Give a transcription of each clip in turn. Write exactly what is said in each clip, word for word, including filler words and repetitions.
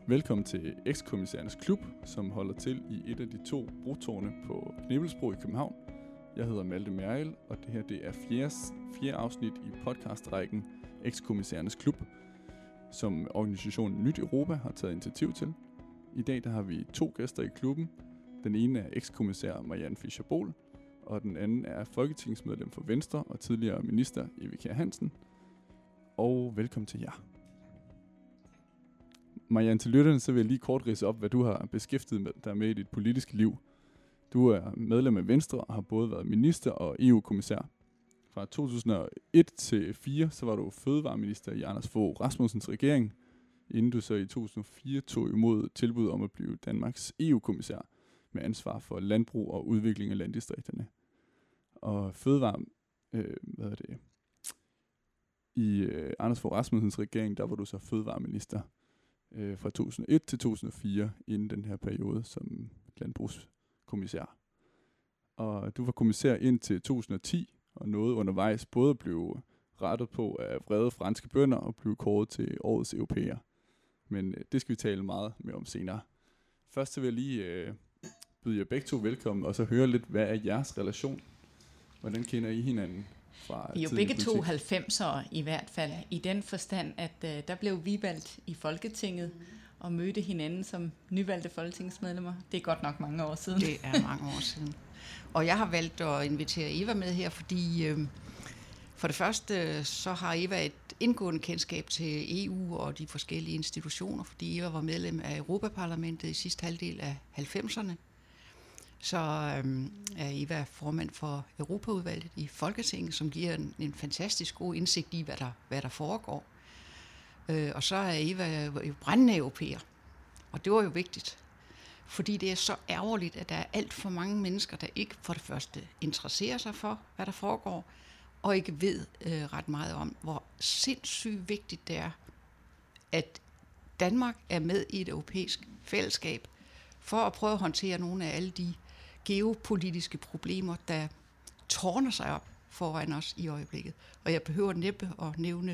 Velkommen til Ekskommissærernes Klub, som holder til i et af de to brotårne på Knebelsbro i København. Jeg hedder Malte Merriel, og det her det er fjerde, fjerde afsnit i podcastrækken Ekskommissærernes Klub, som organisationen Nyt Europa har taget initiativ til. I dag der har vi to gæster i klubben. Den ene er ekskommissær Marianne Fischer-Boel, og den anden er folketingsmedlem for Venstre og tidligere minister Eva Kjer Hansen. Og velkommen til jer. Marianne, til lytterne, så vil jeg lige kort ridse op, hvad du har beskæftiget dig med i dit politiske liv. Du er medlem af Venstre og har både været minister og E U-kommissær. Fra to tusind og et til fire, så var du fødevareminister i Anders Fogh Rasmussens regering, inden du så i to tusind og fire tog imod tilbud om at blive Danmarks E U-kommissær med ansvar for landbrug og udvikling af landdistrikterne. Og fødevare, øh, hvad er det? I øh, Anders Fogh Rasmussens regering, der var du så fødevareminister øh, fra to tusind og et til to tusind og fire, inden den her periode som landbrugskommissær. Og du var kommissær indtil to tusind og ti, og nåede undervejs både at blive rettet på af vrede franske bønder og blive kåret til årets europæer. Men øh, det skal vi tale meget mere om senere. Først så vil jeg lige øh, byde jer begge to velkommen, og så høre lidt, hvad er jeres relation? Hvordan kender I hinanden? Vi er jo begge to halvfemsere i hvert fald, i den forstand, at uh, der blev vi valgt i Folketinget og mødte hinanden som nyvalgte folketingsmedlemmer. Det er godt nok mange år siden. Det er mange år siden. Og jeg har valgt at invitere Eva med her, fordi øh, for det første så har Eva et indgående kendskab til E U og de forskellige institutioner, fordi Eva var medlem af Europaparlamentet i sidste halvdel af halvfemserne. Så øhm, er Eva formand for Europaudvalget i Folketinget, som giver en, en fantastisk god indsigt i, hvad der, hvad der foregår. Øh, og så er Eva jo brændende europæer. Og det var jo vigtigt, fordi det er så ærgerligt, at der er alt for mange mennesker, der ikke for det første interesserer sig for, hvad der foregår, og ikke ved øh, ret meget om, hvor sindssygt vigtigt det er, at Danmark er med i et europæisk fællesskab, for at prøve at håndtere nogle af alle de geopolitiske problemer, der tårner sig op foran os i øjeblikket. Og jeg behøver næppe at nævne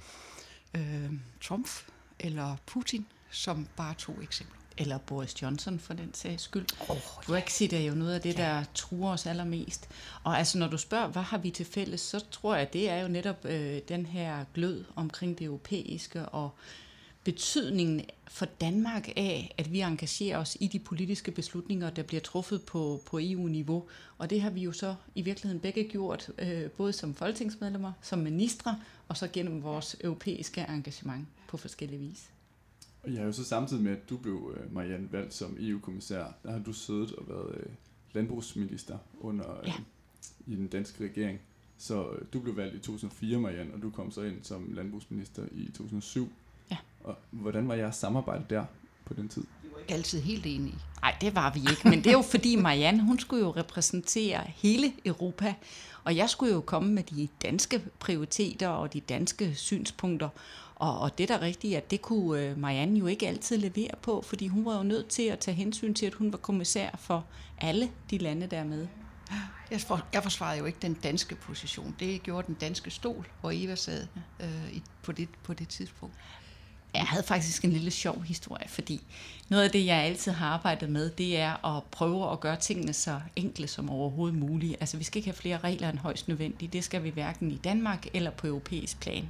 øh, Trump eller Putin som bare to eksempler. Eller Boris Johnson for den sags skyld. Oh, Brexit er jo noget af det, der truer os allermest. Og altså, når du spørger, hvad har vi til fælles, så tror jeg, det er jo netop øh, den her glød omkring det europæiske og betydningen for Danmark af, at vi engagerer os i de politiske beslutninger, der bliver truffet på, på E U-niveau. Og det har vi jo så i virkeligheden begge gjort, øh, både som folketingsmedlemmer, som ministre, og så gennem vores europæiske engagement på forskellige vis. Og jeg har jo så samtidig med, at du blev, Marianne, valgt som E U-kommissær, der har du siddet og været øh, landbrugsminister under, øh, ja. i den danske regering. Så øh, du blev valgt i to tusind og fire, Marianne, og du kom så ind som landbrugsminister i to tusind og syv. Ja. Og hvordan var jeres samarbejde der på den tid? Altid helt enige. Nej, det var vi ikke, men det er jo fordi Marianne, hun skulle jo repræsentere hele Europa, og jeg skulle jo komme med de danske prioriteter og de danske synspunkter, og, og det der rigtigt, at det kunne Marianne jo ikke altid levere på, fordi hun var jo nødt til at tage hensyn til, at hun var kommissær for alle de lande, der er med. Jeg, for, jeg forsvarede jo ikke den danske position. Det gjorde den danske stol, hvor Eva sad øh, på, det, på det tidspunkt. Jeg havde faktisk en lille sjov historie, fordi noget af det, jeg altid har arbejdet med, det er at prøve at gøre tingene så enkle som overhovedet muligt. Altså, vi skal ikke have flere regler end højst nødvendigt. Det skal vi hverken i Danmark eller på europæisk plan.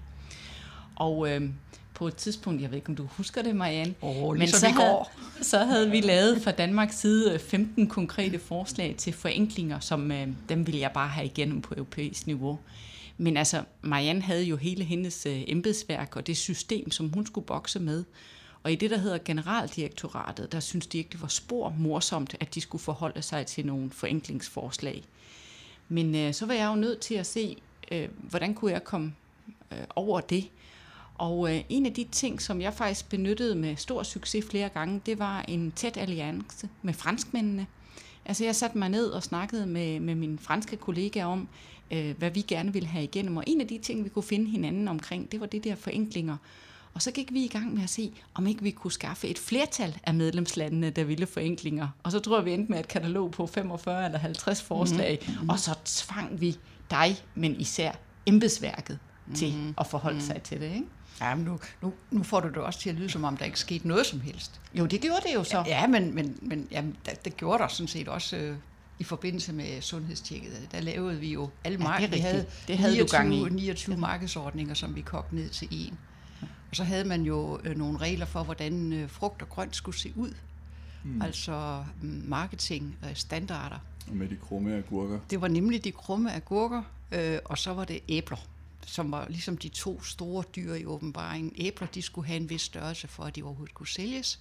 Og øh, på et tidspunkt, jeg ved ikke, om du husker det, Marianne, oh, men så havde, så havde vi lavet fra Danmarks side femten konkrete forslag til forenklinger, som øh, dem ville jeg bare have igennem på europæisk niveau. Men altså, Marianne havde jo hele hendes øh, embedsværk og det system, som hun skulle bokse med. Og i det, der hedder generaldirektoratet, der synes de ikke, det var spor morsomt, at de skulle forholde sig til nogle forenklingsforslag. Men øh, så var jeg jo nødt til at se, øh, hvordan kunne jeg komme øh, over det. Og øh, en af de ting, som jeg faktisk benyttede med stor succes flere gange, det var en tæt alliance med franskmændene. Altså, jeg satte mig ned og snakkede med, med mine franske kollegaer om, øh, hvad vi gerne ville have igennem. Og en af de ting, vi kunne finde hinanden omkring, det var det der forenklinger. Og så gik vi i gang med at se, om ikke vi kunne skaffe et flertal af medlemslandene, der ville forenklinger. Og så tror jeg, vi endte med et katalog på femogfyrre eller halvtreds forslag. Mm-hmm. Og så tvang vi dig, men især embedsværket, til Mhm. at forholde Mhm. sig til det, ikke? Ja, men nu, nu, nu får du det også til at lyde, som om der ikke skete noget som helst. Jo, det gjorde det jo så. Ja, men, men, men jamen, det, det gjorde der sådan set også øh, i forbindelse med sundhedstjekket. Der lavede vi jo alle Ja, det er markeder. Vi rigtigt. havde Det havde du gang i. niogtyve, niogtyve markedsordninger, som vi kogte ned til en. Og så havde man jo øh, nogle regler for, hvordan øh, frugt og grønt skulle se ud. Mm. Altså mm, marketing, øh, standarder. Og med de krumme agurker. Det var nemlig de krumme agurker, øh, og så var det æbler, som var ligesom de to store dyr i åbenbaringen. Æbler, de skulle have en vis størrelse for, at de overhovedet kunne sælges.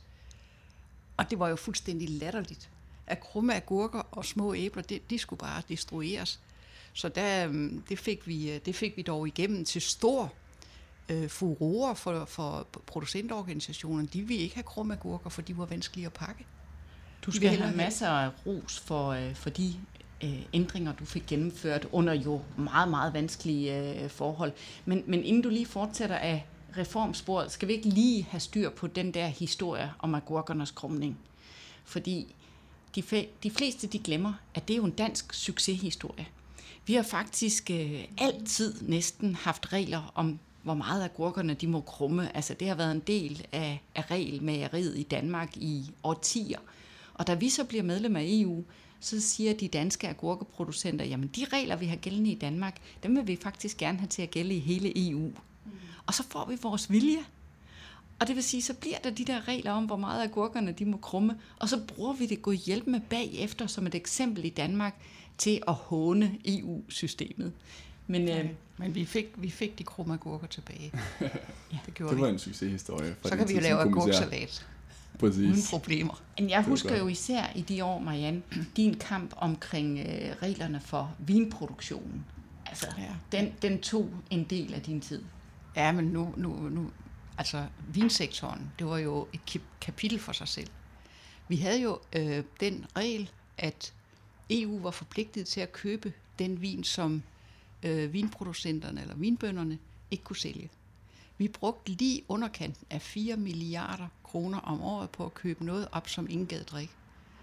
Og det var jo fuldstændig latterligt. At krumme agurker og små æbler, de, de skulle bare destrueres. Så der, det, fik vi, det fik vi dog igennem til stor øh, furore for, for producentorganisationerne. De ville ikke have krumme agurker, for de var vanskelige at pakke. Du De skal vil have hellere have- masser af ros for, øh, for de øh, ændringer, du fik gennemført under jo meget, meget vanskelige øh, forhold. Men, men inden du lige fortsætter af reformsporet, skal vi ikke lige have styr på den der historie om agurkernes krumning? Fordi de, fe- de fleste de glemmer, at det er jo en dansk succeshistorie. Vi har faktisk øh, altid næsten haft regler om, hvor meget agurkerne de må krumme. Altså det har været en del af, af regelmageriet i Danmark i årtier. Og da vi så bliver medlem af E U, så siger de danske agurkeproducenter, jamen de regler, vi har gældende i Danmark, dem vil vi faktisk gerne have til at gælde i hele E U. Mm. Og så får vi vores vilje. Og det vil sige, så bliver der de der regler om, hvor meget agurkerne de må krumme, og så bruger vi det gået hjælp med bagefter som et eksempel i Danmark til at håne E U-systemet. Men, øh, Men vi fik, vi fik de krumme agurker tilbage. Ja, det gjorde Det var vi. en succeshistorie. fra Så din kan vi tid jo lave som kommissær. agurksalat Præcis. uden problemer. Men jeg var husker godt. jo især i de år, Marianne, din kamp omkring øh, reglerne for vinproduktionen. Altså, Ja. den, den tog en del af din tid. Ja, men nu, nu, nu, altså vinsektoren, det var jo et kap- kapitel for sig selv. Vi havde jo øh, den regel, at E U var forpligtet til at købe den vin, som øh, vinproducenterne eller vinbønderne ikke kunne sælge. Vi brugte lige underkanten af fire milliarder kroner om året på at købe noget op, som ingen gad drikke.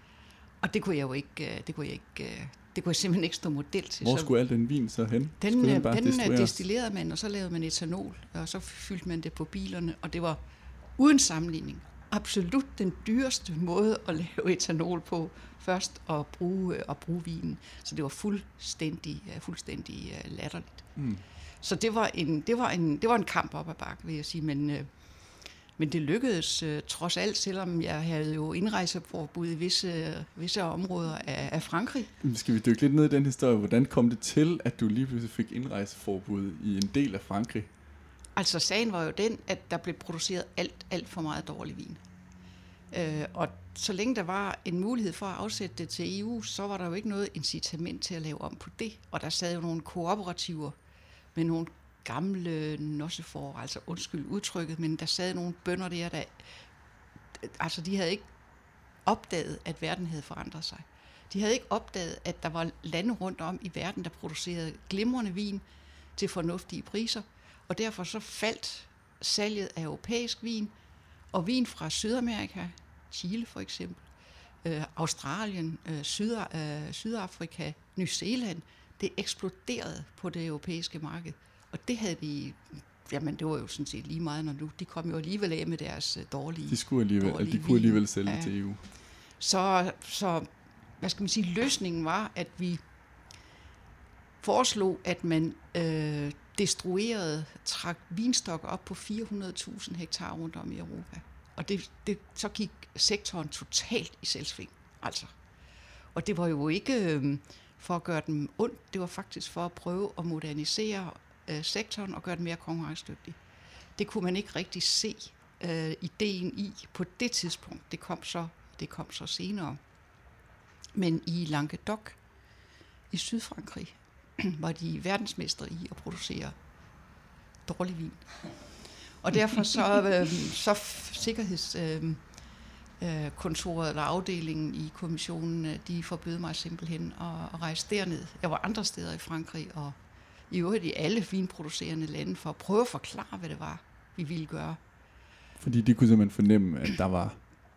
Og det kunne jeg jo ikke, øh, det kunne jeg ikke, øh, det kunne jeg simpelthen ikke stå model til. Hvor Så skulle al den vin så hen? den, Skulle øh, bare den øh, destrueres? destillerede man, og så lavede man etanol, og så fyldte man det på bilerne, og det var uden sammenligning absolut den dyreste måde at lave etanol på, først at bruge, øh, at bruge vinen. Så det var fuldstændig, øh, fuldstændig øh, latterligt. Mm. Så det var en, det var en, det var en kamp op ad bakke, vil jeg sige, men, øh, men det lykkedes øh, trods alt, selvom jeg havde jo indrejseforbud i visse, visse områder af, af Frankrig. Skal vi dykke lidt ned i den historie? Hvordan kom det til, at du lige pludselig fik indrejseforbud i en del af Frankrig? Altså sagen var jo den, at der blev produceret alt, alt for meget dårlig vin. Øh, og så længe der var en mulighed for at afsætte det til E U, så var der jo ikke noget incitament til at lave om på det. Og der sad jo nogle kooperativer med nogle gamle nossefor, altså undskyld udtrykket, men der sad nogle bønder der, der altså de havde ikke opdaget, at verden havde forandret sig. De havde ikke opdaget, at der var lande rundt om i verden, der producerede glimrende vin til fornuftige priser, og derfor så faldt salget af europæisk vin, og vin fra Sydamerika, Chile for eksempel, øh, Australien, øh, Syd, øh, Sydafrika, New Zealand, det eksploderede på det europæiske marked. Og det havde de, jamen det var jo sådan set lige meget, når nu, de kom jo alligevel af med deres øh, dårlige... De skulle alligevel, dårlige de kunne alligevel vin. sælge Ja. til E U. Så, så, hvad skal man sige, løsningen var, at vi foreslog, at man øh, destruerede, trak vinstokker op på fire hundrede tusind hektar rundt om i Europa. Og det, det, så gik sektoren totalt i selvsving, altså. Og det var jo ikke øh, for at gøre dem ondt, det var faktisk for at prøve at modernisere øh, sektoren og gøre den mere konkurrencedygtig. Det kunne man ikke rigtig se øh, ideen i på det tidspunkt. Det kom så, det kom så senere. Men i Languedoc i Sydfrankrig var de verdensmestre i at producere dårlig vin. Og derfor så, øh, så sikkerhedskontoret øh, øh, kontoret eller afdelingen i kommissionen, øh, de forbød mig simpelthen at, at rejse derned. Jeg var andre steder i Frankrig, og i øvrigt i alle vinproducerende lande, for at prøve at forklare, hvad det var, vi ville gøre. Fordi de kunne simpelthen fornemme, at der var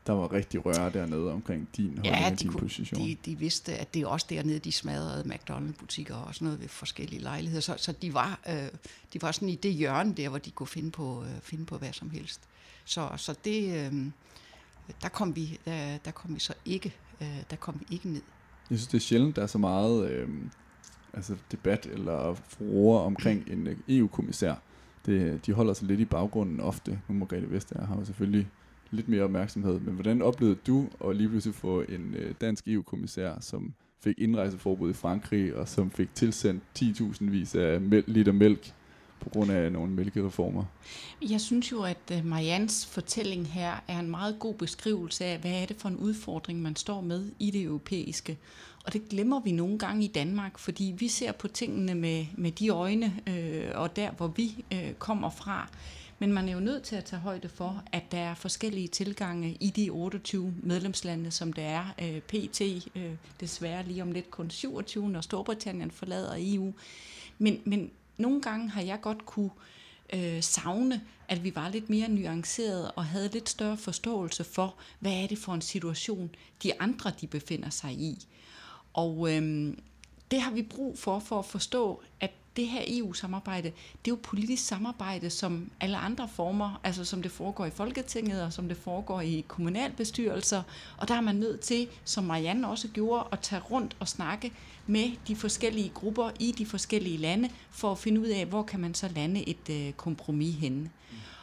der var rigtig røre dernede omkring din holdning ja, og din kunne, position. De, de vidste, at det er også dernede, de smadrede McDonald's-butikker og sådan noget ved forskellige lejligheder. Så, så de, var, øh, de var sådan i det hjørne der, hvor de kunne finde på, øh, finde på hvad som helst. Så, så det, øh, der, kom vi, der, der kom vi så ikke, øh, der kom vi ikke ned. Jeg synes, det er sjældent, der er så meget øh, altså debat eller furore omkring en E U-kommissær. Det, de holder sig lidt i baggrunden ofte. Nu Margrethe Vestager har jo selvfølgelig lidt mere opmærksomhed. Men hvordan oplevede du at lige pludselig få en øh, dansk E U-kommissær, som fik indrejseforbud i Frankrig, og som fik tilsendt ti tusind vis af mæl- liter mælk på grund af nogle mælkereformer? Jeg synes jo, at Mariannes fortælling her er en meget god beskrivelse af, hvad er det for en udfordring, man står med i det europæiske. Og det glemmer vi nogle gange i Danmark, fordi vi ser på tingene med, med de øjne, øh, og der, hvor vi øh, kommer fra. Men man er jo nødt til at tage højde for, at der er forskellige tilgange i de otteogtyve medlemslande, som der er øh, P T, øh, desværre lige om lidt kun syvogtyve, når Storbritannien forlader E U. Men, men nogle gange har jeg godt kunne øh, savne, at vi var lidt mere nuancerede og havde lidt større forståelse for, hvad er det for en situation, de andre de befinder sig i. Og øh, det har vi brug for, for at forstå, at det her E U-samarbejde, det er jo politisk samarbejde som alle andre former, altså som det foregår i Folketinget og som det foregår i kommunalbestyrelser. Og der er man nødt til, som Marianne også gjorde, at tage rundt og snakke med de forskellige grupper i de forskellige lande, for at finde ud af, hvor kan man så lande et øh, kompromis henne. Mm.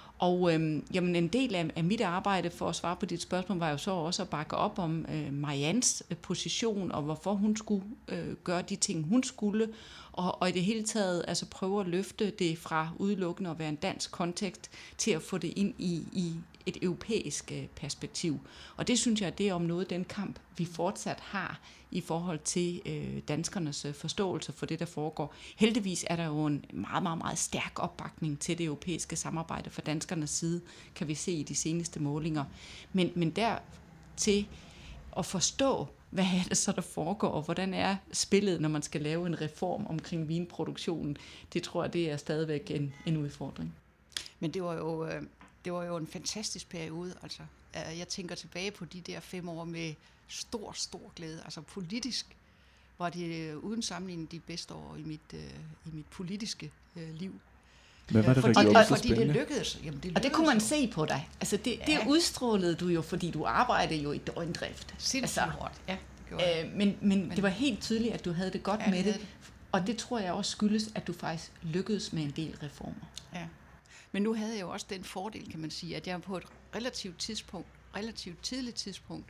Og øhm, jamen en del af, af mit arbejde for at svare på dit spørgsmål, var jo så også at bakke op om øh, Mariannes øh, position, og hvorfor hun skulle øh, gøre de ting, hun skulle, og, og i det hele taget altså prøve at løfte det fra udelukkende at være en dansk kontekst, til at få det ind i, i et europæisk øh, perspektiv. Og det synes jeg, det er om noget den kamp, vi fortsat har i forhold til øh, danskernes øh, forståelse for det, der foregår. Heldigvis er der jo en meget, meget, meget stærk opbakning til det europæiske samarbejde fra danskernes side, kan vi se i de seneste målinger. Men, men der til at forstå, hvad er det så, der foregår, og hvordan er spillet, når man skal lave en reform omkring vinproduktionen, det tror jeg, det er stadigvæk en, en udfordring. Men det var jo, øh, det var jo en fantastisk periode, altså. Jeg tænker tilbage på de der fem år med stor, stor glæde. Altså politisk var det uden sammenligning de bedste år i mit, øh, i mit politiske øh, liv. Hvad var det, der fordi, gjorde det så fordi det spændende? lykkedes. Jamen, det lykkedes. Og det kunne man se på dig. Altså det, det Ja. udstrålede du jo, fordi du arbejdede jo i døgndrift. Sindssygt altså, hårdt. Ja, det gjorde jeg. øh, men, men, men det var helt tydeligt, at du havde det godt Ja, med jeg det. havde det. Og det tror jeg også skyldes, at du faktisk lykkedes med en del reformer. Ja. Men nu havde jeg jo også den fordel, kan man sige, at jeg på et relativt tidspunkt, relativt tidligt tidspunkt,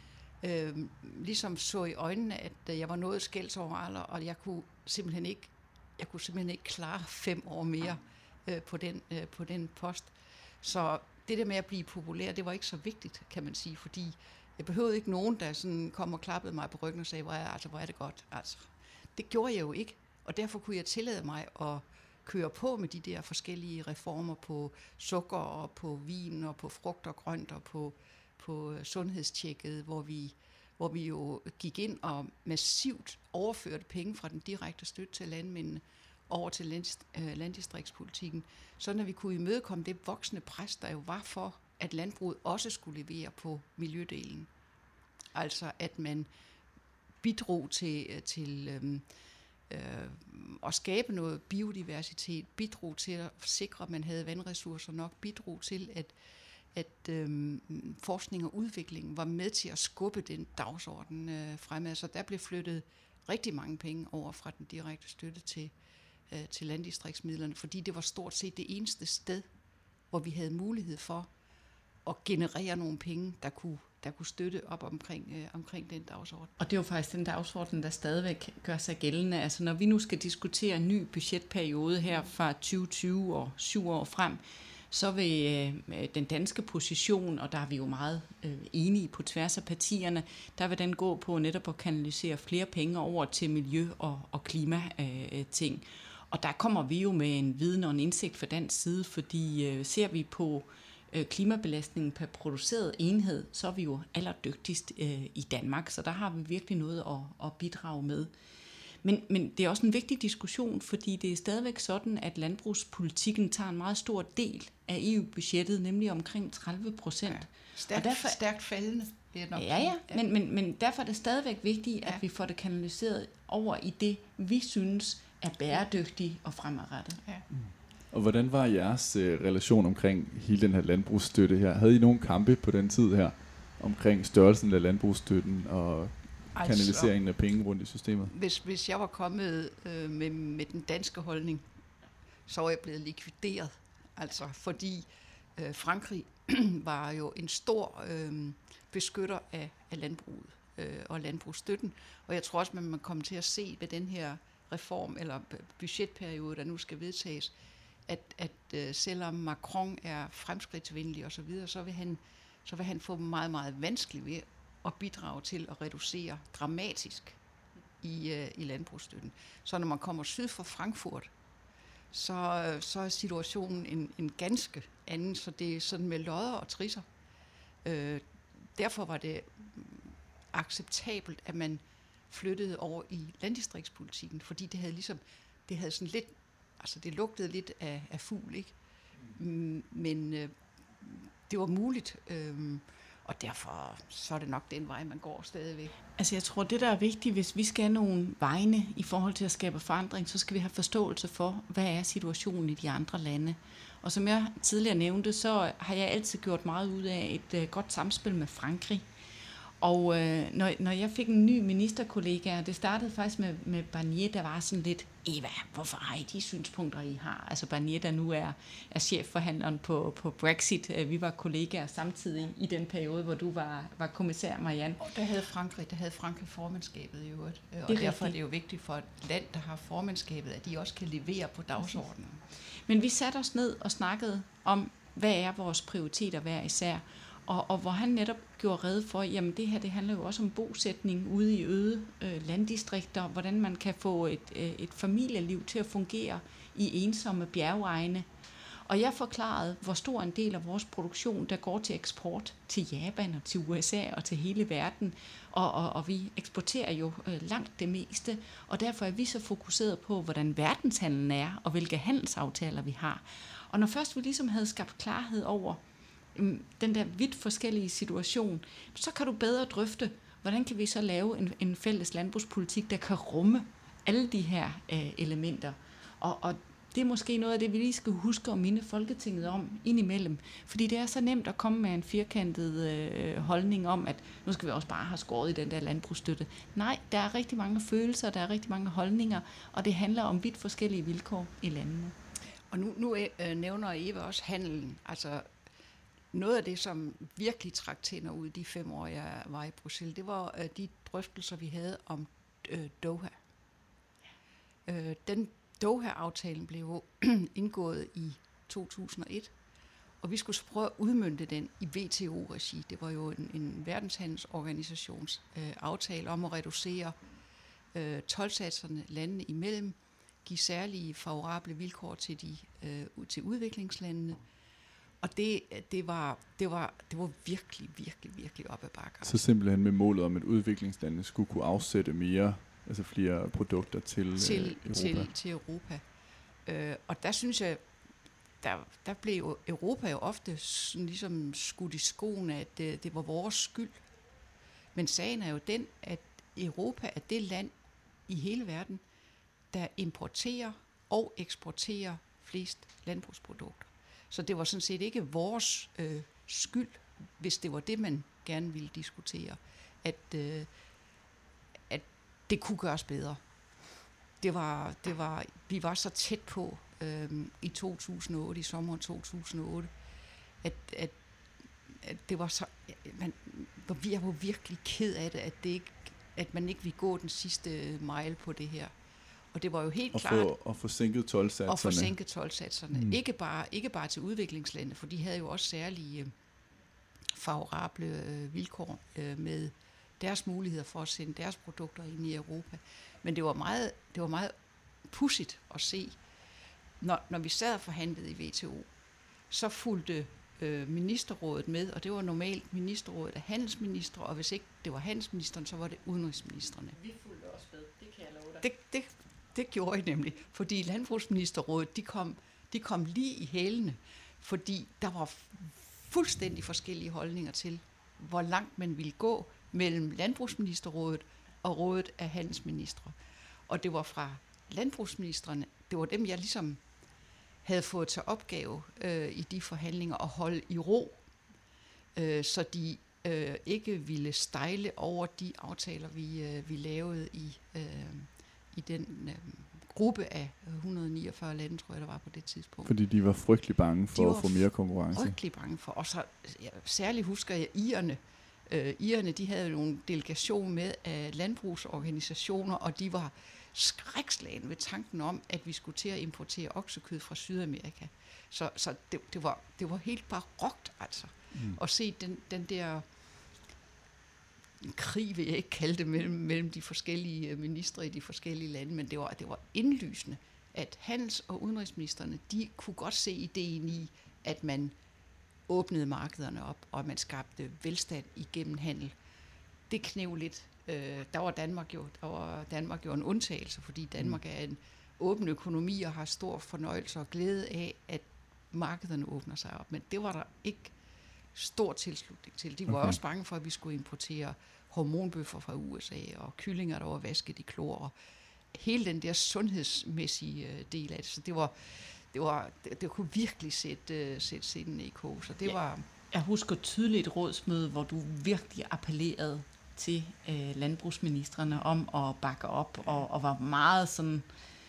øh, ligesom så i øjnene, at jeg var nået skældsoveralder, og jeg kunne simpelthen ikke, jeg kunne simpelthen ikke klare fem år mere øh, på, den, øh, på den post. Så det der med at blive populær, det var ikke så vigtigt, kan man sige, fordi jeg behøvede ikke nogen, der sådan kom og klappede mig på ryggen og sagde, hvor er, altså, hvor er det godt. Altså, det gjorde jeg jo ikke, og derfor kunne jeg tillade mig at køre på med de der forskellige reformer på sukker og på vin og på frugt og grønt og på, på sundhedstjekket, hvor vi, hvor vi jo gik ind og massivt overførte penge fra den direkte støtte til landmændene over til landist- øh, landdistriktspolitikken, sådan at vi kunne imødekomme det voksende pres, der jo var for, at landbruget også skulle levere på miljødelen. Altså at man bidrog til, til øhm, øh, at skabe noget biodiversitet, bidrog til at sikre, at man havde vandressourcer nok, bidrog til, at, at øhm, forskning og udvikling var med til at skubbe den dagsorden øh, fremad. Så der blev flyttet rigtig mange penge over fra den direkte støtte til, øh, til landdistriktsmidlerne, fordi det var stort set det eneste sted, hvor vi havde mulighed for at generere nogle penge, der kunne, der kunne støtte op omkring, øh, omkring den dagsorden. Og det er jo faktisk den dagsorden, der stadigvæk gør sig gældende. Altså når vi nu skal diskutere en ny budgetperiode her fra tyve tyve og syv år frem, så vil øh, den danske position, og der er vi jo meget øh, enige på tværs af partierne, der vil den gå på netop at kanalisere flere penge over til miljø- og, og klimating. Øh, og der kommer vi jo med en viden og en indsigt fra dansk side, fordi øh, ser vi på øh, klimabelastningen per produceret enhed, så er vi jo allerdygtigst øh, i Danmark, så der har vi virkelig noget at, at bidrage med. Men, men det er også en vigtig diskussion, fordi det er stadigvæk sådan, at landbrugspolitikken tager en meget stor del af E U-budgettet, nemlig omkring tredive procent. Ja, stærkt, derfor, stærkt faldende. Det er nok ja, ja, ja. Men, men, men derfor er det stadigvæk vigtigt, at ja. vi får det kanaliseret over i det, vi synes er bæredygtigt og fremadrettet. Ja. Mm. Og hvordan var jeres øh, relation omkring hele den her landbrugsstøtte her? Havde I nogle kampe på den tid her omkring størrelsen af landbrugsstøtten og altså, kanaliseringen af penge rundt i systemet? Hvis, hvis jeg var kommet øh, med, med den danske holdning, så var jeg blevet likvideret. Altså fordi øh, Frankrig var jo en stor øh, beskytter af, af landbruget øh, og landbrugsstøtten. Og jeg tror også, at man kommer til at se ved den her reform eller budgetperiode, der nu skal vedtages, at, at øh, selvom Macron er fremskridtsvenlig og så videre, så vil han så vil han få meget, meget vanskeligt ved at bidrage til at reducere dramatisk i, øh, i landbrugsstøtten. Så når man kommer syd for Frankfurt, så, så er situationen en, en ganske anden, så det er sådan med lodder og trisser. Øh, derfor var det acceptabelt, at man flyttede over i landdistriktspolitikken, fordi det havde ligesom, det havde sådan lidt, altså det lugtede lidt af, af fugl, ikke? Men øh, det var muligt, øh, og derfor så er det nok den vej, man går stadigvæk. Altså jeg tror, det der er vigtigt, hvis vi skal have nogle vegne i forhold til at skabe forandring, så skal vi have forståelse for, hvad er situationen i de andre lande. Og som jeg tidligere nævnte, så har jeg altid gjort meget ud af et øh, godt samspil med Frankrig. Og øh, når, når jeg fik en ny ministerkollega, det startede faktisk med, med Barnier, der var sådan lidt, Eva, hvorfor har I de synspunkter, I har? Altså Barnier, der nu er, er chefforhandleren på, på Brexit. Vi var kollegaer samtidig i den periode, hvor du var, var kommissær, Marianne. Og der havde Frankrig, der havde Frankrig formandskabet i øvrigt. Og derfor rigtigt. Er det jo vigtigt for et land, der har formandskabet, at de også kan levere på dagsordenen. Men vi satte os ned og snakkede om, hvad er vores prioriteter hver især. Og, og hvor han netop gjorde rede for, jamen det her, det handler jo også om bosætning ude i øde øh, landdistrikter, hvordan man kan få et, øh, et familieliv til at fungere i ensomme bjergegne. Og jeg forklarede, hvor stor en del af vores produktion, der går til eksport til Japan og til U S A og til hele verden. Og, og, og vi eksporterer jo øh, langt det meste, og derfor er vi så fokuseret på, hvordan verdenshandlen er, og hvilke handelsaftaler vi har. Og når først vi ligesom havde skabt klarhed over den der vidt forskellige situation, så kan du bedre drøfte, hvordan kan vi så lave en, en fælles landbrugspolitik, der kan rumme alle de her øh, elementer. Og, og det er måske noget af det, vi lige skal huske at minde Folketinget om indimellem. Fordi det er så nemt at komme med en firkantet øh, holdning om, at nu skal vi også bare have skåret i den der landbrugsstøtte. Nej, der er rigtig mange følelser, der er rigtig mange holdninger, og det handler om vidt forskellige vilkår i landene. Og nu, nu øh, nævner Eva også handelen. Altså noget af det, som virkelig trak tænder ud de fem år, jeg var i Bruxelles, det var øh, de drøftelser, vi havde om øh, Doha. Øh, den Doha-aftalen blev indgået i to tusind og et, og vi skulle så prøve at udmønte den i W T O-regi. Det var jo en, en verdenshandelsorganisations øh, aftale om at reducere øh, toldsatserne landene imellem, give særlige favorable vilkår til, de, øh, til udviklingslandene. Og det, det, var, det, var, det var virkelig, virkelig, virkelig op ad bakker. Så simpelthen med målet om, at udviklingslandene skulle kunne afsætte mere, altså flere produkter til, til øh, Europa. Til, til Europa. Øh, og der synes jeg, der, der blev jo Europa jo ofte sådan ligesom skudt i skoene, at det, det var vores skyld. Men sagen er jo den, at Europa er det land i hele verden, der importerer og eksporterer flest landbrugsprodukter. Så det var sådan set ikke vores øh, skyld, hvis det var det, man gerne ville diskutere, at, øh, at det kunne gøres bedre. Det var, det var, vi var så tæt på øh, i to tusind og otte, i sommeren to tusind og otte, at, at, at det var så, man, vi var virkelig ked af det, at, det ikke, at man ikke ville gå den sidste mile på det her. Og det var jo helt og klart få, og få sænket toldsatserne. Og få sænket toldsatserne. Mm. Ikke, bare, ikke bare til udviklingslande, for de havde jo også særlige øh, favorable øh, vilkår øh, med deres muligheder for at sende deres produkter ind i Europa. Men det var meget, det var meget pudsigt at se, når, når vi sad og forhandlede i W T O, så fulgte øh, ministerrådet med, og det var normalt ministerrådet af handelsministre, og hvis ikke det var handelsministeren, så var det udenrigsministerne. Vi fulgte også med, det kan jeg love dig. det, det, det gjorde I nemlig, fordi Landbrugsministerrådet, de kom, de kom lige i hælene, fordi der var fuldstændig forskellige holdninger til, hvor langt man ville gå mellem Landbrugsministerrådet og Rådet af Handelsministre. Og det var fra landbrugsministrene, det var dem, jeg ligesom havde fået til opgave øh, i de forhandlinger at holde i ro, øh, så de øh, ikke ville stejle over de aftaler, vi, øh, vi lavede i, øh, i den øh, gruppe af et hundrede og niogfyrre lande, tror jeg, der var på det tidspunkt. Fordi de var frygtelig bange for at få mere konkurrence. Frygtelig bange for. Og så ja, særligt husker jeg irerne. Øh, irerne, de havde jo en delegation med af landbrugsorganisationer, og de var skrækslagen ved tanken om, at vi skulle til at importere oksekød fra Sydamerika. Så, så det, det, var, det var helt barokt, altså. Mm. At se den, den der krig, vil jeg ikke kalde det, mellem, mellem de forskellige ministre i de forskellige lande, men det var, det var indlysende, at handels- og udenrigsministerne, de kunne godt se ideen i, at man åbnede markederne op, og man skabte velstand igennem handel. Det knæv lidt. Øh, der var Danmark jo, der var Danmark jo en undtagelse, fordi Danmark er en åben økonomi og har stor fornøjelse og glæde af, at markederne åbner sig op. Men det var der ikke stor tilslutning til. De var okay. også bange for, at vi skulle importere hormonbøffer fra U S A og kyllinger, der var vasket i klor, og hele den der sundhedsmæssige del af det. Så det var, det var, det, det kunne virkelig sætte, sætte scenen i kog. Så det ja. var... Jeg husker tydeligt et rådsmøde, hvor du virkelig appellerede til øh, landbrugsministrene om at bakke op, og, og var meget sådan,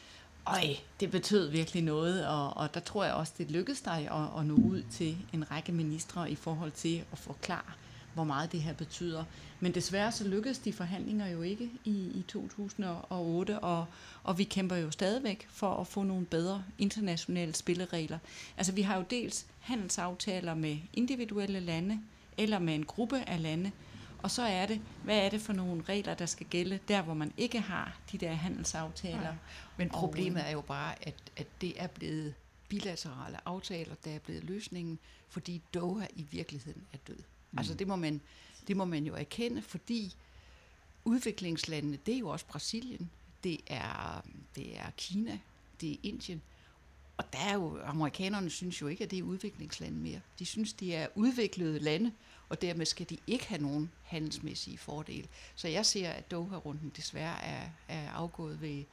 øj, det betød virkelig noget, og, og der tror jeg også, det lykkedes dig at, at nå ud til en række ministre i forhold til at forklare, hvor meget det her betyder. Men desværre så lykkedes de forhandlinger jo ikke i, i to tusind og otte, og, og vi kæmper jo stadigvæk for at få nogle bedre internationale spilleregler. Altså vi har jo dels handelsaftaler med individuelle lande, eller med en gruppe af lande, og så er det, hvad er det for nogle regler, der skal gælde der, hvor man ikke har de der handelsaftaler. Ja. Men problemet er jo bare, at, at det er blevet bilaterale aftaler, der er blevet løsningen, fordi Doha i virkeligheden er død. Mm. Altså det må man, det må man jo erkende, fordi udviklingslandene, det er jo også Brasilien, det er, det er Kina, det er Indien, og der er jo, amerikanerne synes jo ikke, at det er udviklingslande mere. De synes, de er udviklede lande, og dermed skal de ikke have nogen handelsmæssige fordele. Så jeg ser, at Doha-runden desværre er, er afgået ved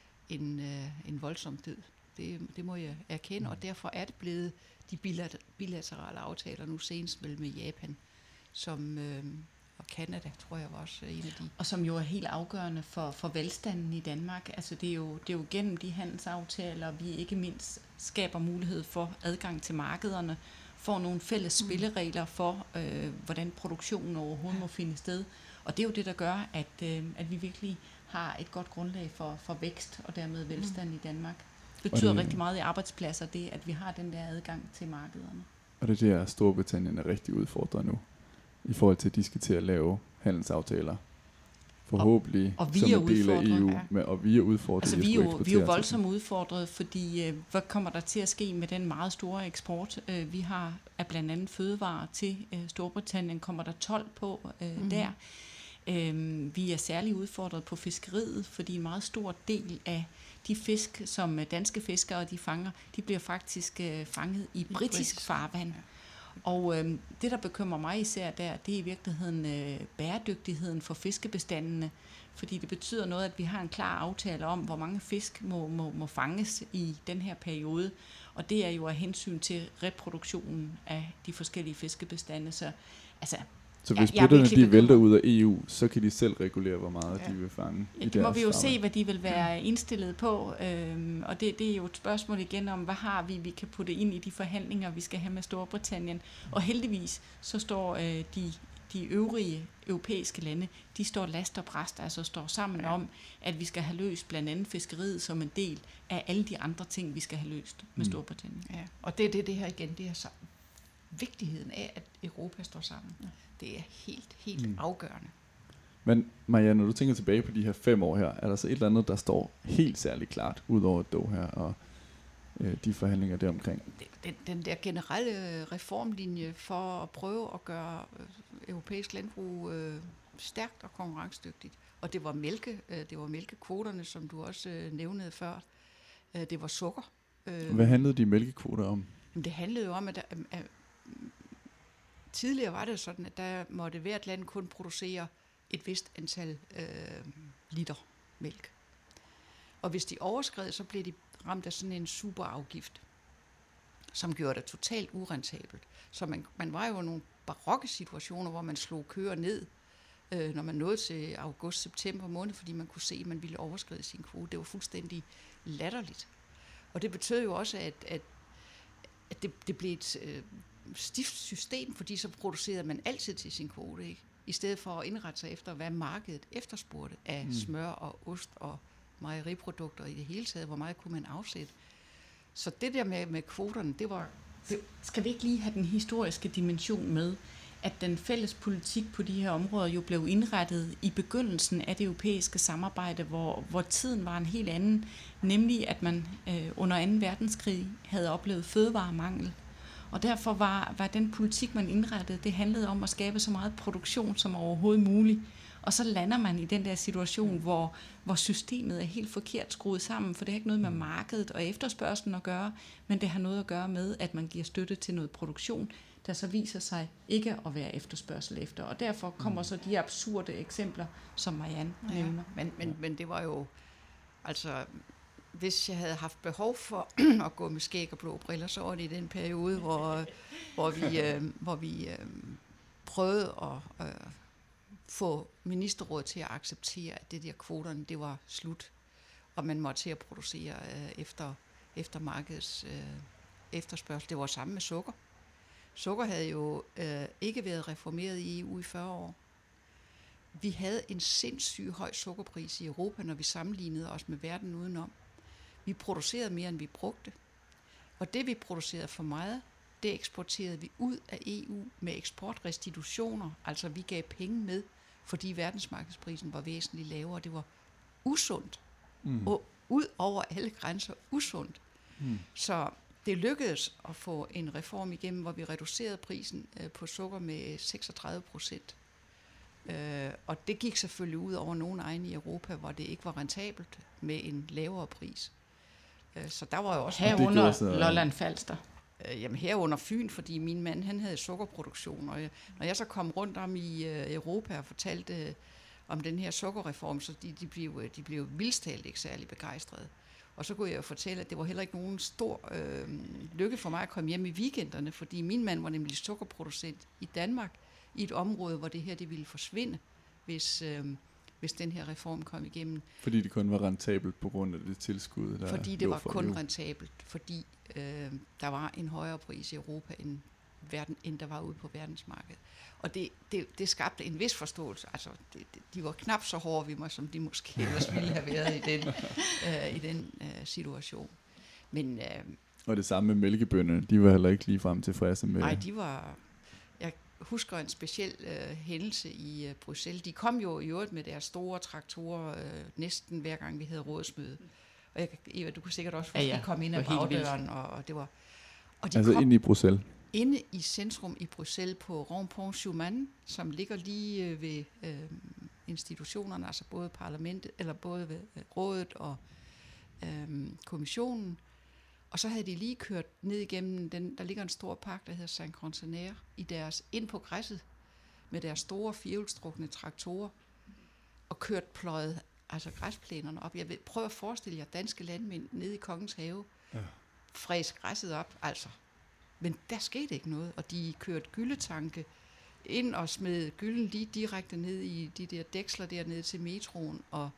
en, øh, en voldsom død. Det, det må jeg erkende, mm. og derfor er det blevet de bilaterale aftaler nu senest mellem Japan, som, øh, og Canada, tror jeg var også en af de. Og som jo er helt afgørende for, for velstanden i Danmark. Altså det er, jo, det er jo gennem de handelsaftaler, vi ikke mindst skaber mulighed for adgang til markederne, får nogle fælles spilleregler for, øh, hvordan produktionen overhovedet må finde sted. Og det er jo det, der gør, at, øh, at vi virkelig har et godt grundlag for, for vækst og dermed velstand mm. i Danmark. Det betyder det, rigtig meget i arbejdspladser, det at vi har den der adgang til markederne. Og det er der, Storbritannien er rigtig udfordret nu, i forhold til, at de skal til at lave handelsaftaler. Forhåbentlig og, og vi som en del af E U, ja. med, og vi er udfordret. Altså vi er jo, vi er jo voldsomt udfordret, fordi øh, hvad kommer der til at ske med den meget store eksport, øh, vi har af blandt andet fødevarer til øh, Storbritannien, kommer der told på øh, mm-hmm. der. Øh, vi er særlig udfordret på fiskeriet, fordi en meget stor del af de fisk, som danske fiskere de fanger, de bliver faktisk øh, fanget i britisk farvand. Ja. Og øh, det, der bekymrer mig især der, det er i virkeligheden øh, bæredygtigheden for fiskebestandene, fordi det betyder noget, at vi har en klar aftale om, hvor mange fisk må, må, må fanges i den her periode, og det er jo af hensyn til reproduktionen af de forskellige fiskebestande. Så, altså, så hvis ja, briterne de vælter ud af E U, så kan de selv regulere, hvor meget ja. de vil fange ja, i det må vi jo farve. se, hvad de vil være indstillet på, øhm, og det, det er jo et spørgsmål igen om, hvad har vi, vi kan putte ind i de forhandlinger, vi skal have med Storbritannien. Og heldigvis, så står øh, de, de øvrige europæiske lande, de står last og bræst, altså står sammen ja. om, at vi skal have løst blandt andet fiskeriet som en del af alle de andre ting, vi skal have løst med mm. Storbritannien. Ja. Og det er det, det her igen, det er så vigtigheden af, at Europa står sammen. Ja. Det er helt, helt mm. afgørende. Men Marianne, når du tænker tilbage på de her fem år her, er der så et eller andet, der står helt særligt klart, ud over Doha og øh, de forhandlinger deromkring? Den, den der generelle reformlinje for at prøve at gøre øh, europæisk landbrug øh, stærkt og konkurrencedygtigt, Og det var mælke, øh, det var mælkekvoterne, som du også øh, nævnede før. Øh, det var sukker. Øh, Hvad handlede de mælkekvoter om? Jamen, det handlede jo om, at, der, at tidligere var det sådan, at der måtte hvert land kun producere et vist antal øh, liter mælk. Og hvis de overskred, så blev de ramt af sådan en superafgift, som gjorde det totalt urentabelt. Så man, man var jo i nogle barokke situationer, hvor man slog køer ned, øh, når man nåede til august-september måned, fordi man kunne se, at man ville overskride sin kvote. Det var fuldstændig latterligt. Og det betød jo også, at, at, at det, det blev et øh, stift system, fordi så producerede man altid til sin kvote, ikke? I stedet for at indrette sig efter, hvad markedet efterspurgte af mm. smør og ost og mejeriprodukter i det hele taget, hvor meget kunne man afsætte. Så det der med, med kvoterne, det var... Det Skal vi ikke lige have den historiske dimension med, at den fælles politik på de her områder jo blev indrettet i begyndelsen af det europæiske samarbejde, hvor, hvor tiden var en helt anden, nemlig at man øh, under anden verdenskrig havde oplevet fødevaremangel. Og derfor var, var den politik, man indrettede, det handlede om at skabe så meget produktion som overhovedet muligt. Og så lander man i den der situation, hvor, hvor systemet er helt forkert skruet sammen, for det har ikke noget med markedet og efterspørgslen at gøre, men det har noget at gøre med, at man giver støtte til noget produktion, der så viser sig ikke at være efterspørgsel efter. Og derfor kommer så de absurde eksempler, som Marianne nævner. Ja, men, men, men det var jo, altså, hvis jeg havde haft behov for at gå med skæg og blå briller, så var det i den periode, hvor, hvor vi, øh, hvor vi øh, prøvede at øh, få ministerrådet til at acceptere, at det der kvoterne, det var slut, og man måtte til at producere øh, efter, efter markedets øh, efterspørgsel. Det var samme med sukker. Sukker havde jo øh, ikke været reformeret i E U i fyrre år. Vi havde en sindssygt høj sukkerpris i Europa, når vi sammenlignede os med verden udenom. Vi producerede mere, end vi brugte. Og det, vi producerede for meget, det eksporterede vi ud af E U med eksportrestitutioner. Altså, vi gav penge med, fordi verdensmarkedsprisen var væsentligt lavere. Det var usundt. Mm. Og ud over alle grænser usundt. Mm. Så det lykkedes at få en reform igennem, hvor vi reducerede prisen øh, på sukker med seksogtredive procent. Øh, og det gik selvfølgelig ud over nogle egne i Europa, hvor det ikke var rentabelt med en lavere pris. Øh, så der var jo også... Herunder så... Lolland Falster. Øh, jamen herunder Fyn, fordi min mand, han havde sukkerproduktion, og jeg, når jeg så kom rundt om i øh, Europa og fortalte øh, om den her sukkerreform, så de, de blev, de blev vildstalt ikke særlig begejstrede. Og så kunne jeg jo fortælle, at det var heller ikke nogen stor øh, lykke for mig at komme hjem i weekenderne, fordi min mand var nemlig sukkerproducent i Danmark, i et område, hvor det her det ville forsvinde, hvis, øh, hvis den her reform kom igennem. Fordi det kun var rentabelt på grund af det tilskud, der Fordi det var kun rentabelt, fordi øh, der var en højere pris i Europa, end, verden, end der var ude på verdensmarkedet. Og det, det, det skabte en vis forståelse. Altså, det, det, de var knap så hårde ved mig, som de måske ellers ville have været i den, øh, i den øh, situation. Men, øh, og det samme med mælkebønderne, de var heller ikke lige frem til fresse med... Nej, de var... Jeg husker en speciel øh, hændelse i øh, Bruxelles. De kom jo i øvrigt med deres store traktorer øh, næsten hver gang vi havde rådsmøde. Og jeg, Eva, du kunne sikkert også huske, ja, ja. De kom ind ad bagdøren, og, og det var... Og de altså kom, inde i Bruxelles? Inde i centrum i Bruxelles på Rond-Point-Schumann, som ligger lige øh, ved øh, institutionerne, altså både parlamentet, eller både ved øh, rådet og øh, kommissionen. Og så havde de lige kørt ned igennem, den, der ligger en stor park, der hedder Saint-Contenaire, i deres, ind på græsset, med deres store firehjulstrukne traktorer, og kørt pløjet, altså græsplænerne op. Jeg vil prøve at forestille jer danske landmænd nede i Kongens Have, ja. Fræs græsset op, altså. Men der skete ikke noget, og de kørte gyldetanke ind og smed gylden lige direkte ned i de der dæksler dernede til metroen, og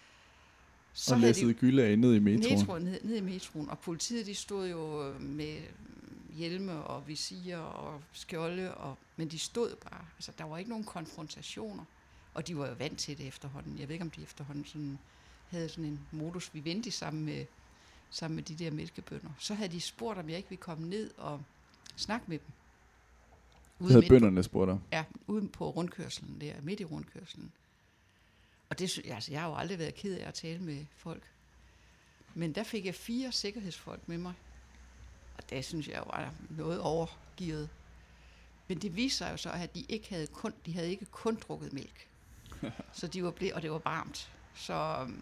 så og læssede gylde af ned i metroen. metroen ned, ned i metroen, og politiet de stod jo med hjelme og visirer og skjolde, og, men de stod bare. Altså, der var ikke nogen konfrontationer, og de var jo vant til det efterhånden. Jeg ved ikke, om de efterhånden sådan, havde sådan en modus vivendi sammen med, sammen med de der mælkebønder. Så havde de spurgt, om jeg ikke ville komme ned og snakke med dem. Ude havde bønderne spurgt dig? Ja, ude på rundkørslen der, midt i rundkørslen. Og det, altså, jeg har jo aldrig været ked af at tale med folk. Men der fik jeg fire sikkerhedsfolk med mig. Og det synes jeg var noget overgivet. Men det viste sig jo så, at de ikke havde kun, de havde ikke kun drukket mælk. Så de var ble, og det var varmt. Så um,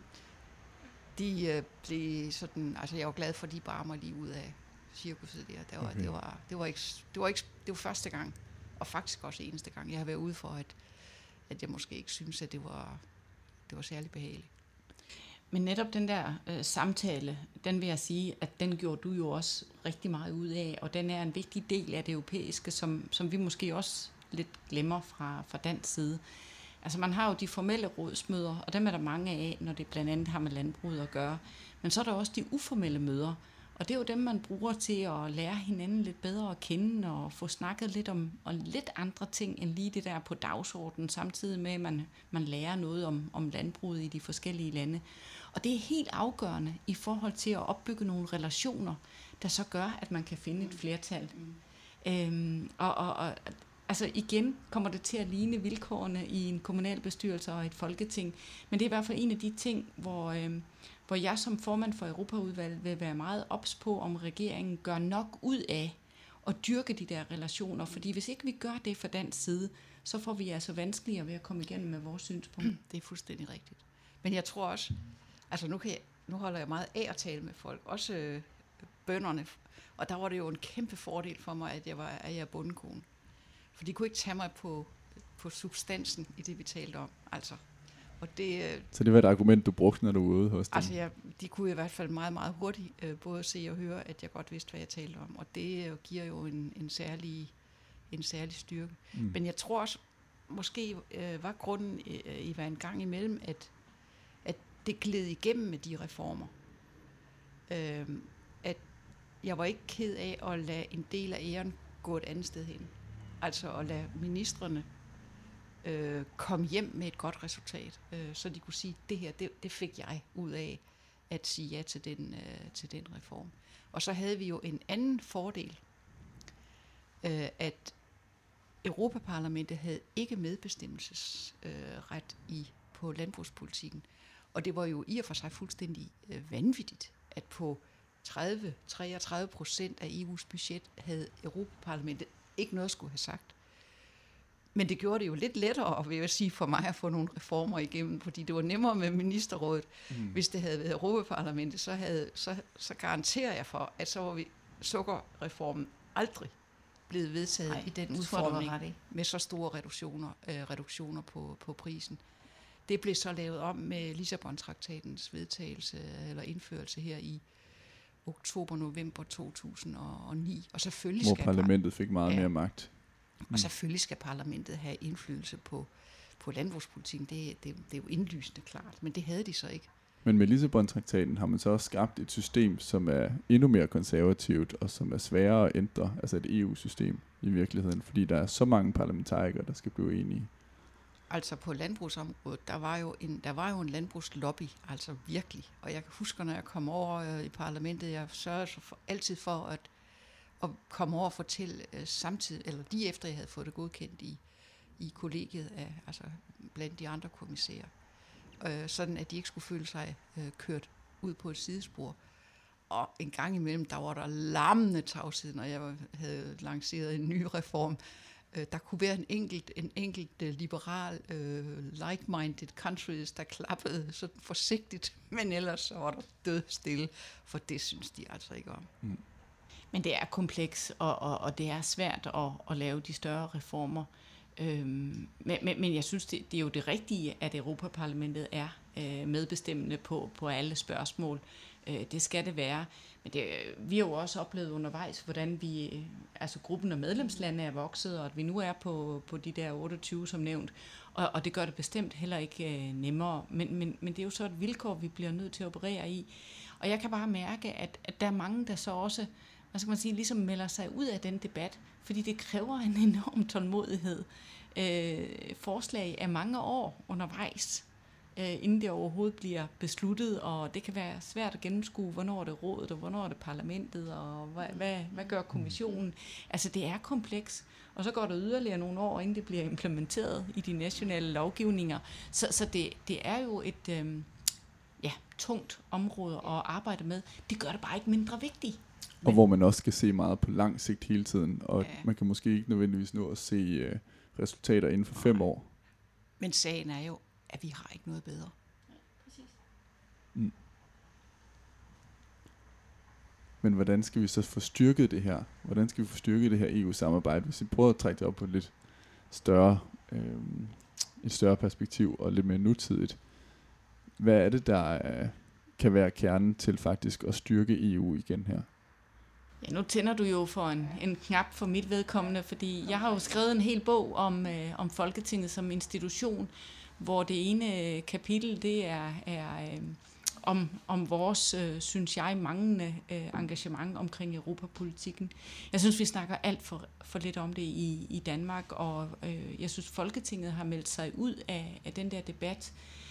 de øh, blev sådan, altså jeg var glad for, at de bar mig lige ud af cirkuset der. Det var, okay. det, var, det, var ikke, det, var ikke, det var første gang, og faktisk også eneste gang, jeg har været ude for, at, at jeg måske ikke synes, at det var, det var særlig behageligt. Men netop den der øh, samtale, den vil jeg sige, at den gjorde du jo også rigtig meget ud af, og den er en vigtig del af det europæiske, som, som vi måske også lidt glemmer fra, fra dansk side. Altså man har jo de formelle rådsmøder, og dem er der mange af, når det blandt andet har med landbruget at gøre. Men så er der også de uformelle møder, og det er jo dem, man bruger til at lære hinanden lidt bedre at kende, og få snakket lidt om og lidt andre ting, end lige det der på dagsordenen, samtidig med, at man, man lærer noget om, om landbruget i de forskellige lande. Og det er helt afgørende i forhold til at opbygge nogle relationer, der så gør, at man kan finde et flertal. Mm. Øhm, og, og, og altså igen kommer det til at ligne vilkårene i en kommunalbestyrelse og et folketing, men det er i hvert fald en af de ting, hvor, øhm, hvor jeg som formand for Europaudvalget vil være meget ops på, om regeringen gør nok ud af at dyrke de der relationer, fordi hvis ikke vi gør det fra dansk side, så får vi altså vanskeligere ved at komme igennem med vores synspunkt. Det er fuldstændig rigtigt. Men jeg tror også, altså nu, kan jeg, nu holder jeg meget af at tale med folk, også øh, bønderne, og der var det jo en kæmpe fordel for mig, at jeg var at jeg er bondekone. For de kunne ikke tage mig på, på substansen i det, vi talte om. Altså, og det, så det var et argument, du brugte, når du var ude hos dem? Altså, jeg, de kunne i hvert fald meget, meget hurtigt øh, både se og høre, at jeg godt vidste, hvad jeg talte om. Og det øh, giver jo en, en, særlig, en særlig styrke. Mm. Men jeg tror også, måske øh, var grunden øh, i hver en gang imellem, at, at det gled igennem med de reformer. Øh, at jeg var ikke ked af at lade en del af æren gå et andet sted hen. Altså at lade ministrene øh, komme hjem med et godt resultat, øh, så de kunne sige, det her, det, det fik jeg ud af at sige ja til den, øh, til den reform. Og så havde vi jo en anden fordel, øh, at Europaparlamentet havde ikke medbestemmelsesret øh, i på landbrugspolitikken. Og det var jo i og for sig fuldstændig øh, vanvittigt, at på tredive til treogtredive procent af E U's budget havde Europaparlamentet ikke noget skulle have sagt. Men det gjorde det jo lidt lettere, vil jeg sige, for mig at få nogle reformer igennem, fordi det var nemmere med ministerrådet. Mm. Hvis det havde været Europaparlamentet, så, havde, så, så garanterer jeg for, at så var vi sukkerreformen aldrig blevet vedtaget Ej, i den udformning med så store reduktioner, øh, reduktioner på, på prisen. Det blev så lavet om med Lissabon-traktatens vedtagelse eller indførelse her i oktober-november to tusind og ni. Og selvfølgelig Hvor skal parlamentet fik meget ja, mere magt. Mm. Og selvfølgelig skal parlamentet have indflydelse på, på landbrugspolitikken. Det, det, det er jo indlysende klart, men det havde de så ikke. Men med Lissabon-traktaten har man så også skabt et system, som er endnu mere konservativt, og som er sværere at ændre, altså et E U-system i virkeligheden, fordi der er så mange parlamentarikere, der skal blive enige. Altså på landbrugsområdet, der var jo en, der var jo en landbrugslobby, altså virkelig. Og jeg kan huske, når jeg kom over øh, i parlamentet, jeg sørgede for, altid for at, at komme over og fortælle øh, samtidig, eller lige efter jeg havde fået det godkendt i, i kollegiet, af, altså blandt de andre kommissærer. Øh, sådan at de ikke skulle føle sig øh, kørt ud på et sidespor. Og en gang imellem, der var der larmende tavshed, når jeg havde lanceret en ny reform. Der kunne være en enkelt, en enkelt uh, liberal, uh, like-minded countries, der klappede sådan forsigtigt, men ellers så var der død stille, for det synes de altså ikke om. Mm. Men det er kompleks, og, og, og det er svært at, at lave de større reformer. Øhm, men, men, men jeg synes, det, det er jo det rigtige, at Europaparlamentet er øh, medbestemmende på, på alle spørgsmål. Øh, det skal det være. Men det, vi har jo også oplevet undervejs, hvordan vi, altså gruppen af medlemslande er vokset, og at vi nu er på, på de der otteogtyve som nævnt. Og, og det gør det bestemt heller ikke øh, nemmere. Men, men, men det er jo så et vilkår, vi bliver nødt til at operere i. Og jeg kan bare mærke, at, at der er mange, der så også, hvad skal man sige, ligesom melder sig ud af den debat, fordi det kræver en enorm tålmodighed. Øh, forslag af mange år undervejs, øh, inden det overhovedet bliver besluttet, og det kan være svært at gennemskue, hvornår er det rådet, og hvornår er det parlamentet, og hvad, hvad, hvad gør kommissionen? Altså det er kompleks, og så går der yderligere nogle år, inden det bliver implementeret i de nationale lovgivninger. Så, så det, det er jo et øh, ja, tungt område at arbejde med. Det gør det bare ikke mindre vigtigt. Og hvor man også skal se meget på lang sigt hele tiden, og ja. Man kan måske ikke nødvendigvis nå at se uh, resultater inden for fem år. Men sagen er jo, at vi har ikke noget bedre. Ja, præcis. Mm. Men hvordan skal vi så få styrket det her? Hvordan skal vi få styrket det her E U-samarbejde, hvis vi prøver at trække det op på et lidt større, øh, et større perspektiv og lidt mere nutidigt? Hvad er det, der øh, kan være kernen til faktisk at styrke E U igen her? Ja, nu tænder du jo for en, en knap for mit vedkommende, fordi jeg har jo skrevet en hel bog om, øh, om Folketinget som institution, hvor det ene kapitel, det er, er øh, om, om vores, øh, synes jeg, manglende øh, engagement omkring europapolitikken. Jeg synes, vi snakker alt for, for lidt om det i, i Danmark, og øh, jeg synes, Folketinget har meldt sig ud af, af den der debat.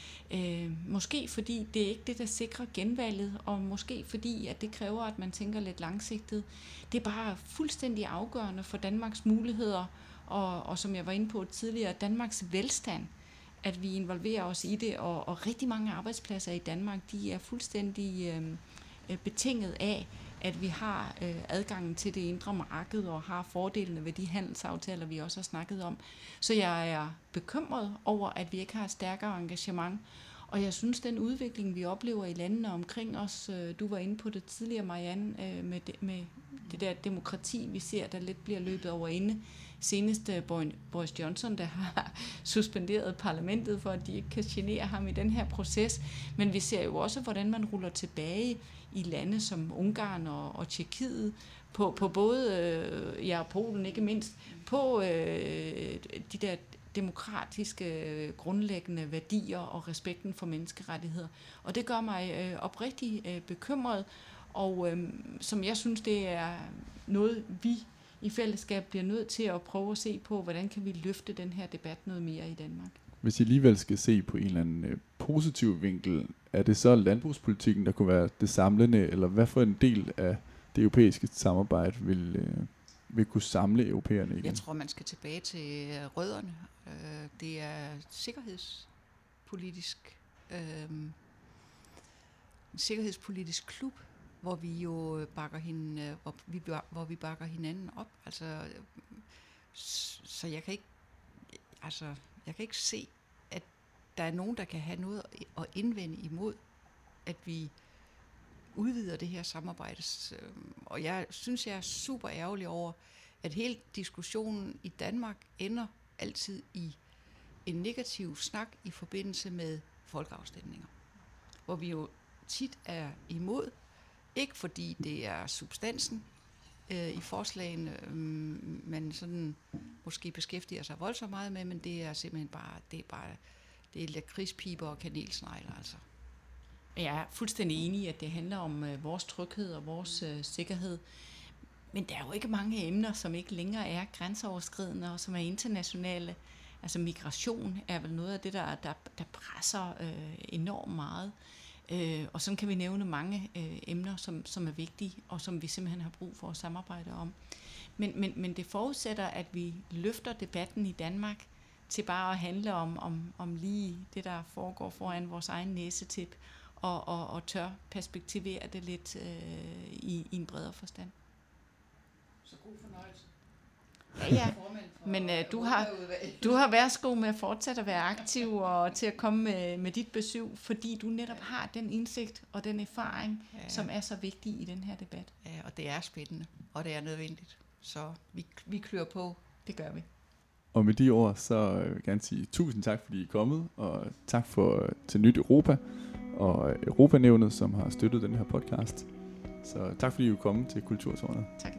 Øh, måske fordi det er ikke det, der sikrer genvalget, og måske fordi, at det kræver, at man tænker lidt langsigtet. Det er bare fuldstændig afgørende for Danmarks muligheder, og, og som jeg var inde på tidligere, Danmarks velstand, at vi involverer os i det, og, og rigtig mange arbejdspladser i Danmark, de er fuldstændig øh, betinget af, at vi har øh, adgangen til det indre marked og har fordelene ved de handelsaftaler, vi også har snakket om. Så jeg er bekymret over, at vi ikke har stærkere engagement. Og jeg synes, den udvikling, vi oplever i landene omkring os, øh, du var inde på det tidligere, Marianne, øh, med, det, med det der demokrati, vi ser, der lidt bliver løbet over inde. Senest Boris Johnson, der har suspenderet parlamentet, for at de ikke kan genere ham i den her proces. Men vi ser jo også, hvordan man ruller tilbage i lande som Ungarn og, og Tjekkiet, på, på både, øh, ja, Polen ikke mindst, på øh, de der demokratiske grundlæggende værdier og respekten for menneskerettigheder. Og det gør mig øh, oprigtigt øh, bekymret, og øh, som jeg synes, det er noget, vi i fællesskab bliver nødt til at prøve at se på, hvordan kan vi løfte den her debat noget mere i Danmark. Hvis I alligevel skal se på en eller anden øh, positiv vinkel, er det så landbrugspolitikken, der kunne være det samlende, eller hvad for en del af det europæiske samarbejde vil, øh, vil kunne samle europæerne igen? Jeg tror, man skal tilbage til rødderne. Øh, det er sikkerhedspolitisk, øh, en sikkerhedspolitisk klub, hvor vi jo bakker hende, hvor vi, hvor vi bakker hinanden op. Altså, så jeg kan ikke, altså, jeg kan ikke se, at der er nogen, der kan have noget at indvende imod, at vi udvider det her samarbejde. Og jeg synes, jeg er super ærgerlig over, at hele diskussionen i Danmark ender altid i en negativ snak i forbindelse med folkeafstemninger, hvor vi jo tit er imod. Ikke fordi det er substansen øh, i forslagene, øh, man sådan måske beskæftiger sig voldsomt meget med, men det er simpelthen bare, det er bare, det er lakridspiber og kanelsnegler, altså. Jeg er fuldstændig enig i, at det handler om øh, vores tryghed og vores øh, sikkerhed. Men der er jo ikke mange emner, som ikke længere er grænseoverskridende og som er internationale. Altså migration er vel noget af det, der, der, der presser øh, enormt meget. Øh, og så kan vi nævne mange øh, emner, som, som er vigtige, og som vi simpelthen har brug for at samarbejde om. Men, men, men det forudsætter, at vi løfter debatten i Danmark til bare at handle om, om, om lige det, der foregår foran vores egen næsetip, og, og, og tør perspektivere det lidt øh, i, i en bredere forstand. Så god fornøjelse. Ja, ja. Men øh, du har du har værsgo med at fortsætte at være aktiv og til at komme med, med dit besøg, fordi du netop har den indsigt og den erfaring, ja, som er så vigtig i den her debat. Ja, og det er spændende, og det er nødvendigt. Så vi, vi klør på. Det gør vi. Og med de ord, så vil jeg gerne sige tusind tak, fordi I er kommet, og tak for til Nyt Europa og Europanævnet, som har støttet den her podcast. Så tak fordi I er kommet til Kulturtårnet. Tak.